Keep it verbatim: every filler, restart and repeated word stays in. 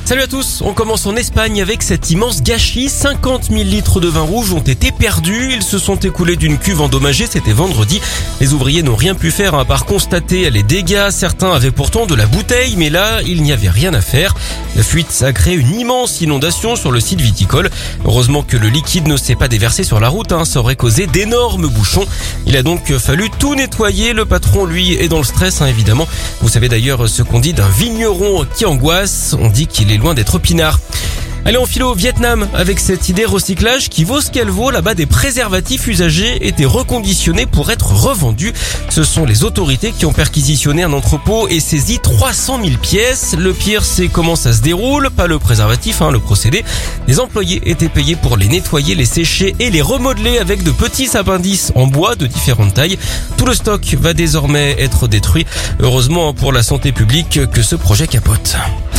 Salut à tous, on commence en Espagne avec cet immense gâchis. cinquante mille litres de vin rouge ont été perdus. Ils se sont écoulés d'une cuve endommagée, c'était vendredi. Les ouvriers n'ont rien pu faire à part constater les dégâts. Certains avaient pourtant de la bouteille, mais là, il n'y avait rien à faire. La fuite a créé une immense inondation sur le site viticole. Heureusement que le liquide ne s'est pas déversé sur la route, hein. Ça aurait causé d'énormes bouchons. Il a donc fallu tout nettoyer. Le patron, lui, est dans le stress, hein, évidemment. Vous savez d'ailleurs ce qu'on dit d'un vigneron qui angoisse. On dit qu'il est loin d'être pinard. Allez, on file au Vietnam avec cette idée recyclage qui vaut ce qu'elle vaut. Là-bas, des préservatifs usagés étaient reconditionnés pour être revendus. Ce sont les autorités qui ont perquisitionné un entrepôt et saisi trois cent mille pièces. Le pire, c'est comment ça se déroule. Pas le préservatif, hein, le procédé. Les employés étaient payés pour les nettoyer, les sécher et les remodeler avec de petits appendices en bois de différentes tailles. Tout le stock va désormais être détruit. Heureusement pour la santé publique que ce projet capote.